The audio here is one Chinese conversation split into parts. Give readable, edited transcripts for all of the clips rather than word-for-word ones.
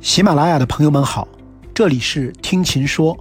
喜马拉雅的朋友们好，这里是听秦说。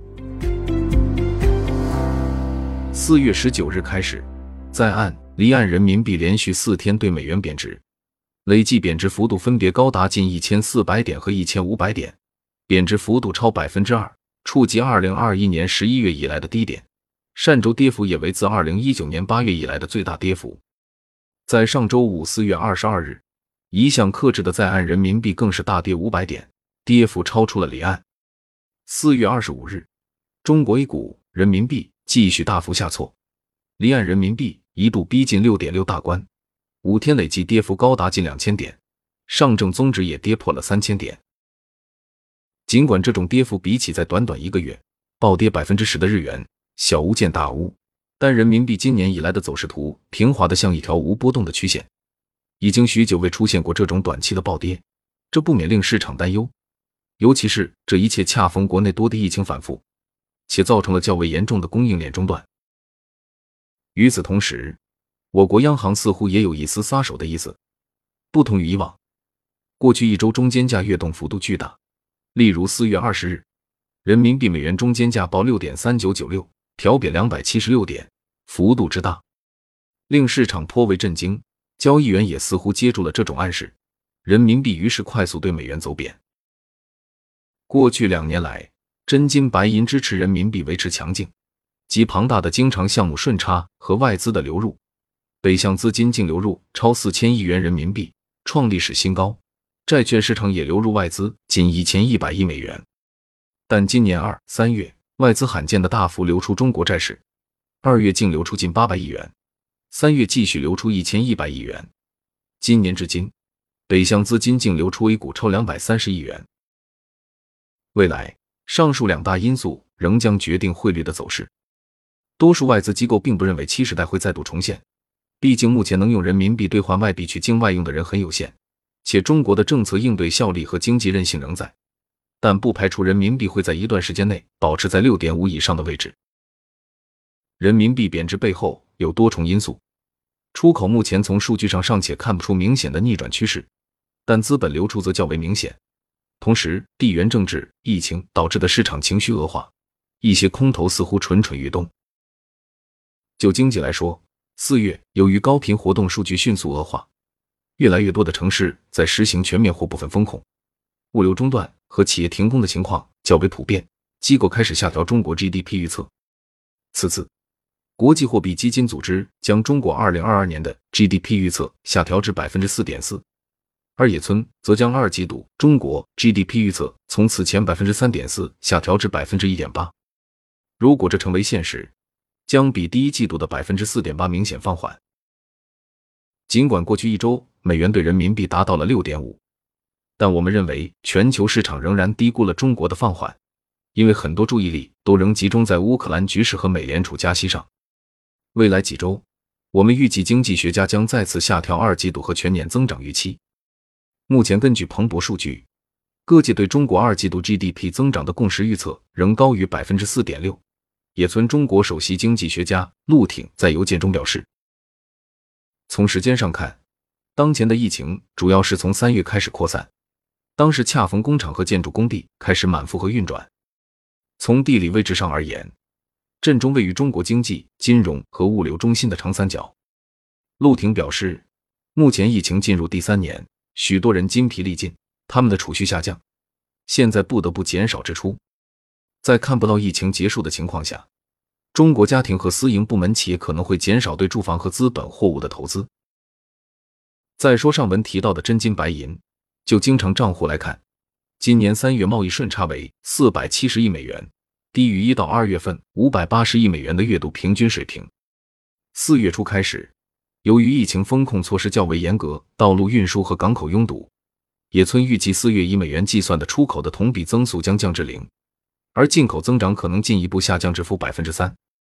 4月19日开始，在岸、离岸人民币连续4天对美元贬值，累计贬值幅度分别高达近1400点和1500点，贬值幅度超 2%， 触及2021年11月以来的低点，单周跌幅也为自2019年8月以来的最大跌幅。在上周五4月22日，一向克制的在岸人民币更是大跌500点，跌幅超出了离岸。4月25日，中国 A 股、人民币继续大幅下挫，离岸人民币一度逼近 6.6 大关，5天累计跌幅高达近2000点，上证综指也跌破了3000点。尽管这种跌幅比起在短短1个月暴跌 10% 的日元小巫见大巫，但人民币今年以来的走势图平滑的像一条无波动的曲线，已经许久未出现过这种短期的暴跌，这不免令市场担忧，尤其是这一切恰逢国内多地疫情反复，且造成了较为严重的供应链中断。与此同时，我国央行似乎也有一丝撒手的意思。不同于以往，过去一周中间价跃动幅度巨大，例如4月20日，人民币美元中间价报 6.3996， 调贬276点，幅度之大，令市场颇为震惊，交易员也似乎接住了这种暗示，人民币于是快速对美元走贬。过去2年来，真金白银支持人民币维持强劲，及庞大的经常项目顺差和外资的流入，北向资金净流入超4000亿元人民币，创历史新高，债券市场也流入外资近1100亿美元。但今年2、3月，外资罕见的大幅流出中国债市，2月净流出近800亿元，3月继续流出1100亿元，今年至今，北向资金净流出 A 股超230亿元。未来，上述2大因素仍将决定汇率的走势。多数外资机构并不认为70代会再度重现，毕竟目前能用人民币兑换外币去境外用的人很有限，且中国的政策应对效力和经济韧性仍在，但不排除人民币会在一段时间内保持在 6.5 以上的位置。人民币贬值背后有多重因素，出口目前从数据上尚且看不出明显的逆转趋势，但资本流出则较为明显。同时，地缘政治、疫情导致的市场情绪恶化，一些空头似乎蠢蠢欲动。就经济来说，4月由于高频活动数据迅速恶化，越来越多的城市在实行全面或部分封控，物流中断和企业停工的情况较为普遍，机构开始下调中国 GDP 预测。此次，国际货币基金组织将中国2022年的 GDP 预测下调至 4.4%， 而野村则将2季度中国 GDP 预测从此前 3.4% 下调至 1.8%。 如果这成为现实，将比第一季度的 4.8% 明显放缓。尽管过去一周美元对人民币达到了 6.5， 但我们认为全球市场仍然低估了中国的放缓，因为很多注意力都仍集中在乌克兰局势和美联储加息上。未来几周，我们预计经济学家将再次下调2季度和全年增长预期。目前根据彭博数据，各界对中国2季度 GDP 增长的共识预测仍高于 4.6%。野村中国首席经济学家陆挺在邮件中表示，从时间上看，当前的疫情主要是从3月开始扩散，当时恰逢工厂和建筑工地开始满负荷运转。从地理位置上而言，镇中位于中国经济、金融和物流中心的长三角。陆挺表示，目前疫情进入第3年，许多人筋疲力尽，他们的储蓄下降，现在不得不减少支出。在看不到疫情结束的情况下，中国家庭和私营部门企业可能会减少对住房和资本货物的投资。再说上文提到的真金白银，就经常账户来看，今年3月贸易顺差为470亿美元，低于1到2月份580亿美元的月度平均水平。4月初开始，由于疫情风控措施较为严格，道路运输和港口拥堵，野村预计4月以美元计算的出口的同比增速将降至0%，而进口增长可能进一步下降至负 3%。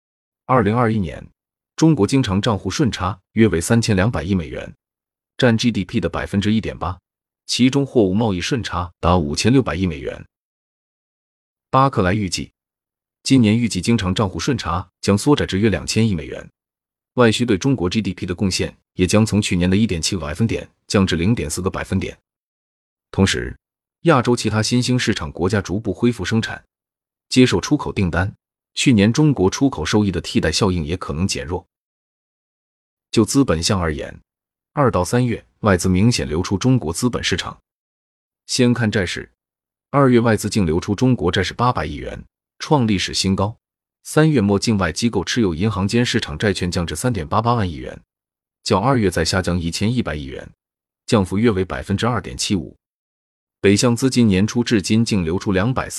2021年，中国经常账户顺差约为3200亿美元，占 GDP 的 1.8%， 其中货物贸易顺差达5600亿美元。巴克莱预计，今年预计经常账户顺差将缩窄至约2000亿美元，外需对中国 GDP 的贡献也将从去年的 1.7 个百分点降至 0.4 个百分点。同时， 亚洲其他新兴市场国家逐步恢复生产，接受出口订单，去年中国出口收益的替代效应也可能减弱。就资本项而言，2到3月外资明显流出中国资本市场。先看债市，2月外资净流出中国债市800亿元，创历史新高。3月末境外机构持有银行间市场债券降至 3.88 万亿元，较2月再下降1100亿元，降幅约为 2.75%。北向资金年初至今净流出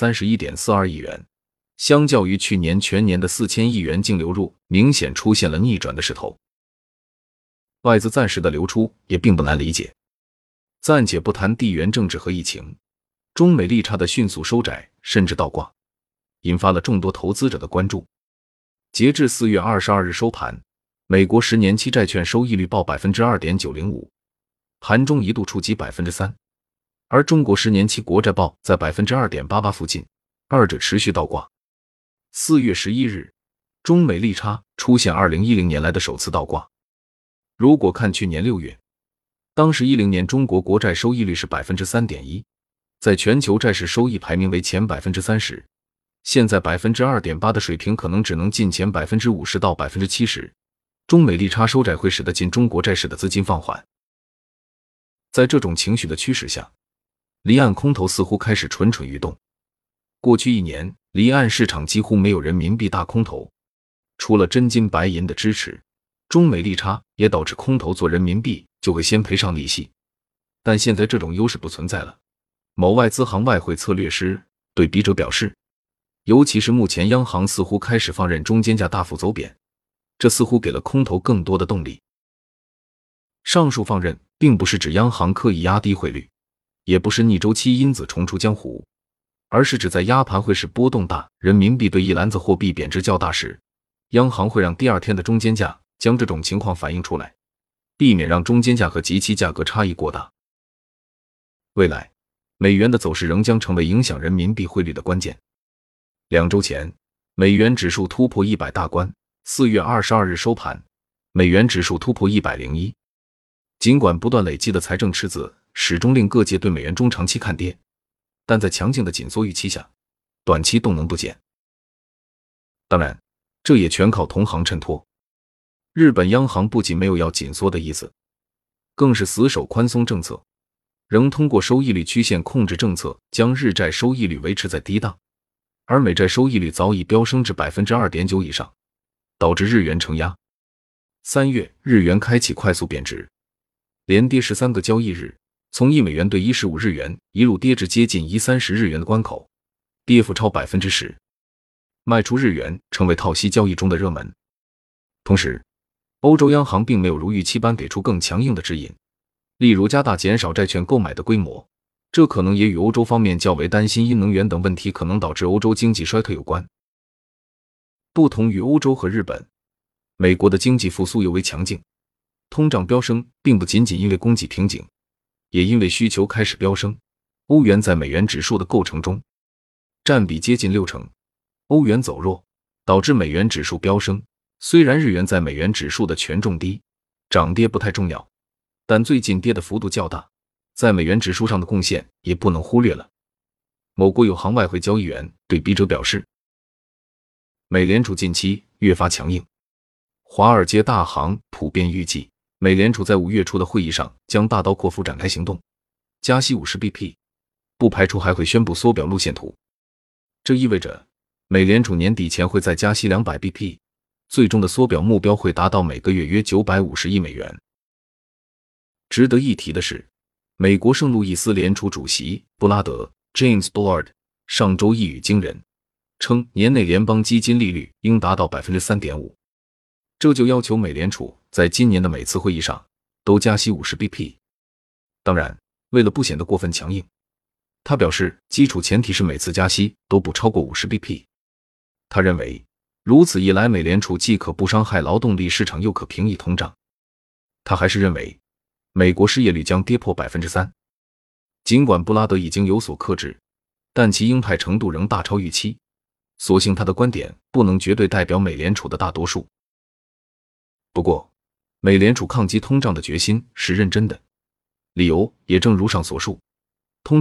231.42 亿元，相较于去年全年的4000亿元净流入，明显出现了逆转的势头。外资暂时的流出也并不难理解。暂且不谈地缘政治和疫情，中美利差的迅速收窄甚至倒挂，引发了众多投资者的关注。截至4月22日收盘，美国10年期债券收益率报 2.905%， 盘中一度触及 3%， 而中国10年期国债报在 2.88% 附近，二者持续倒挂。4月11日，中美利差出现2010年来的首次倒挂。如果看去年6月，当时10年中国国债收益率是 3.1%， 在全球债市收益排名为前 30%， 现在 2.8% 的水平可能只能进前 50% 到 70%， 中美利差收窄会使得进中国债市的资金放缓。在这种情绪的驱使下，离岸空头似乎开始蠢蠢欲动。过去1年，离岸市场几乎没有人民币大空头，除了真金白银的支持，中美利差也导致空头做人民币就会先赔上利息，但现在这种优势不存在了。某外资行外汇策略师对笔者表示，尤其是目前央行似乎开始放任中间价大幅走贬，这似乎给了空头更多的动力。上述放任并不是指央行刻意压低汇率，也不是逆周期因子重出江湖，而是指在压盘汇市波动大，人民币对一篮子货币贬值较大时，央行会让第二天的中间价将这种情况反映出来，避免让中间价和即期价格差异过大。未来，美元的走势仍将成为影响人民币汇率的关键。2周前，美元指数突破100大关，4月22日收盘，美元指数突破101。尽管不断累积的财政赤字始终令各界对美元中长期看跌，但在强劲的紧缩预期下，短期动能不减。当然，这也全靠同行衬托。日本央行不仅没有要紧缩的意思，更是死守宽松政策，仍通过收益率曲线控制政策将日债收益率维持在低档，而美债收益率早已飙升至 2.9% 以上，导致日元承压。3月日元开启快速贬值，连跌13个交易日，从1美元兑115日元一路跌至接近130日元的关口，跌幅超 10%， 卖出日元成为套息交易中的热门。同时，欧洲央行并没有如预期般给出更强硬的指引，例如加大减少债券购买的规模，这可能也与欧洲方面较为担心因能源等问题可能导致欧洲经济衰退有关。不同于欧洲和日本，美国的经济复苏尤为强劲，通胀飙升并不仅仅因为供给瓶颈，也因为需求开始飙升。欧元在美元指数的构成中占比接近60%，欧元走弱导致美元指数飙升。虽然日元在美元指数的权重低，涨跌不太重要，但最近跌的幅度较大，在美元指数上的贡献也不能忽略了。某国有行外汇交易员对笔者表示，美联储近期越发强硬，华尔街大行普遍预计美联储在5月初的会议上将大刀阔斧展开行动，加息50 BP， 不排除还会宣布缩表路线图。这意味着美联储年底前会再加息200 BP， 最终的缩表目标会达到每个月约950亿美元。值得一提的是，美国圣路易斯联储主席布拉德 James Bullard 上周一语惊人，称年内联邦基金利率应达到 3.5%， 这就要求美联储在今年的每次会议上都加息50 BP。 当然，为了不显得过分强硬，他表示基础前提是每次加息都不超过50 BP。 他认为如此一来，美联储既可不伤害劳动力市场，又可平抑通胀。他还是认为美国失业率将跌破 3%。 尽管布拉德已经有所克制，但其鹰派程度仍大超预期，所幸他的观点不能绝对代表美联储的大多数。不过，美联储抗击通胀的决心是认真的，理由也正如上所述，通胀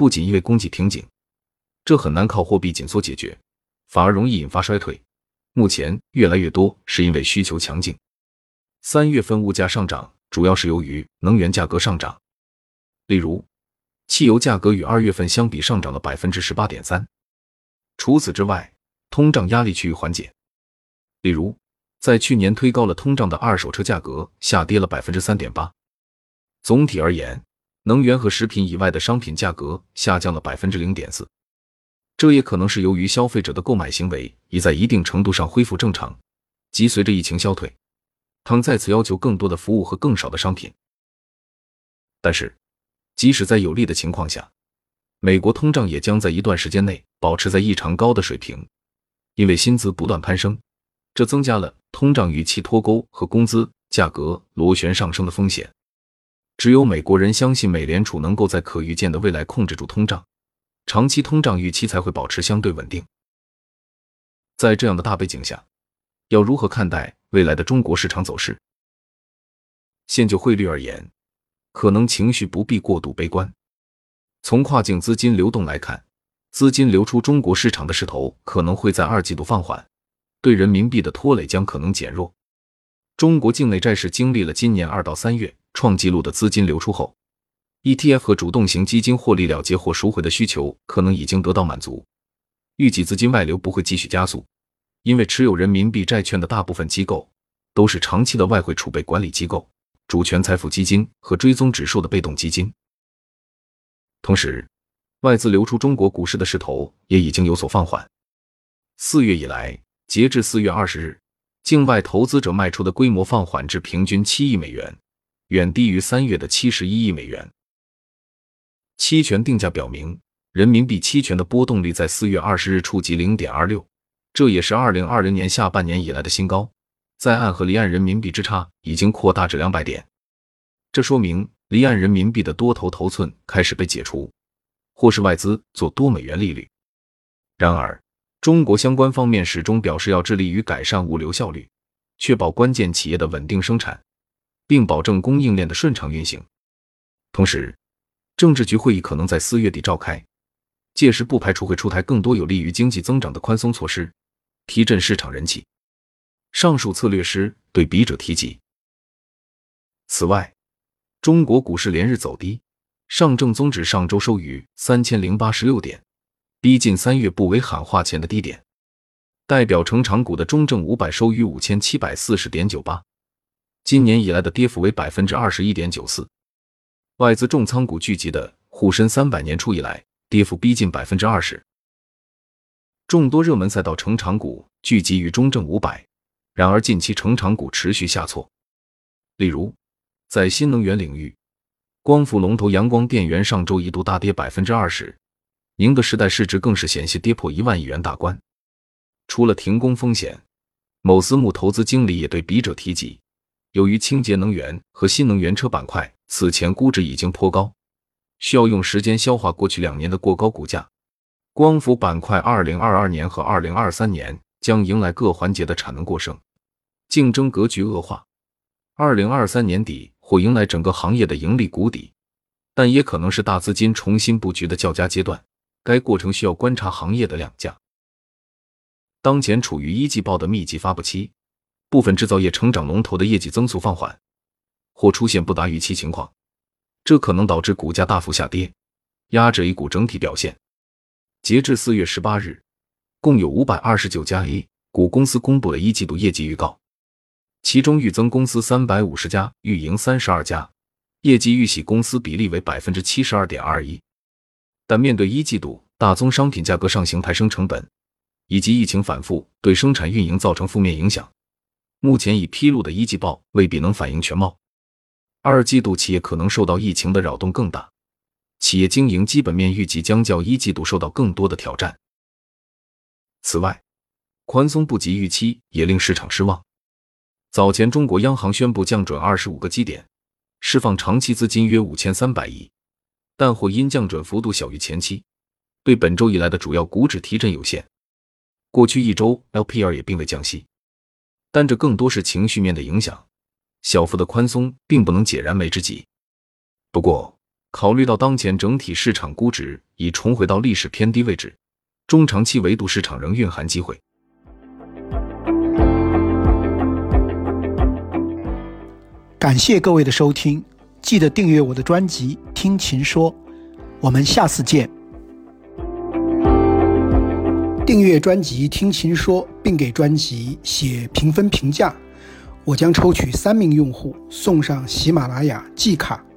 不仅因为供给瓶颈，这很难靠货币紧缩解决，反而容易引发衰退。目前越来越多是因为需求强劲。3月份物价上涨主要是由于能源价格上涨，例如汽油价格与2月份相比上涨了 18.3%。除此之外，通胀压力趋于缓解，例如在去年推高了通胀的二手车价格下跌了 3.8%。总体而言，能源和食品以外的商品价格下降了 0.4%。这也可能是由于消费者的购买行为已在一定程度上恢复正常，即随着疫情消退，他们再次要求更多的服务和更少的商品。但是，即使在有利的情况下，美国通胀也将在一段时间内保持在异常高的水平，因为薪资不断攀升，这增加了通胀预期脱钩和工资价格螺旋上升的风险。只有美国人相信美联储能够在可预见的未来控制住通胀，长期通胀预期才会保持相对稳定。在这样的大背景下，要如何看待未来的中国市场走势？现就汇率而言，可能情绪不必过度悲观。从跨境资金流动来看，资金流出中国市场的势头可能会在2季度放缓，对人民币的拖累将可能减弱。中国境内债市经历了今年2到3月创纪录的资金流出后， ETF 和主动型基金获利了结或赎回的需求可能已经得到满足，预计资金外流不会继续加速，因为持有人民币债券的大部分机构都是长期的外汇储备管理机构、主权财富基金和追踪指数的被动基金。同时，外资流出中国股市的势头也已经有所放缓。4月以来，截至4月20日，境外投资者卖出的规模放缓至平均7亿美元，远低于3月的71亿美元。期权定价表明，人民币期权的波动率在4月20日触及 0.26， 这也是2020年下半年以来的新高，在岸和离岸人民币之差已经扩大至200点。这说明离岸人民币的多头头寸开始被解除，或是外资做多美元利率。然而，中国相关方面始终表示要致力于改善物流效率，确保关键企业的稳定生产，并保证供应链的顺畅运行。同时，政治局会议可能在4月底召开，届时不排除会出台更多有利于经济增长的宽松措施，提振市场人气。上述策略师对笔者提及。此外，中国股市连日走低，上证综指上周收于3086点，逼近3月部委喊话前的低点。代表成长股的中证500收于5740.98，今年以来的跌幅为 21.94%。外资重仓股聚集的沪深300年初以来，跌幅逼近 20%。众多热门赛道成长股聚集于中证500，然而近期成长股持续下挫。例如，在新能源领域，光伏龙头阳光电源上周一度大跌 20%， 宁德时代市值更是险些跌破1万亿元大关。除了停工风险，某私募投资经理也对笔者提及，由于清洁能源和新能源车板块此前估值已经颇高，需要用时间消化过去2年的过高股价，光伏板块2022年和2023年将迎来各环节的产能过剩，竞争格局恶化。2023年底或迎来整个行业的盈利谷底，但也可能是大资金重新布局的较佳阶段，该过程需要观察行业的量价。当前处于一季报的密集发布期，部分制造业成长龙头的业绩增速放缓，或出现不达预期情况，这可能导致股价大幅下跌，压制 A 股整体表现。截至4月18日，共有529家 A 股公司公布了一季度业绩预告，其中预增公司350家，预盈32家，业绩预喜公司比例为 72.21%。但面对一季度大宗商品价格上行抬升成本，以及疫情反复对生产运营造成负面影响，目前已披露的一季报未必能反映全貌。2季度企业可能受到疫情的扰动更大，企业经营基本面预计将较一季度受到更多的挑战。此外，宽松不及预期也令市场失望。早前中国央行宣布降准25个基点，释放长期资金约5300亿，但或因降准幅度小于前期，对本周以来的主要股指提振有限。过去一周 LPR 也并未降息，但这更多是情绪面的影响，小幅的宽松并不能解燃眉之急。不过， 考虑到当前整体市场估值已重回到历史偏低位置，中长期维度市场仍蕴含机会。 感谢各位的收听，记得订阅我的专辑听秦说，我们下次见。订阅专辑听秦说，并给专辑写评分评价，我将抽取3名用户送上喜马拉雅季卡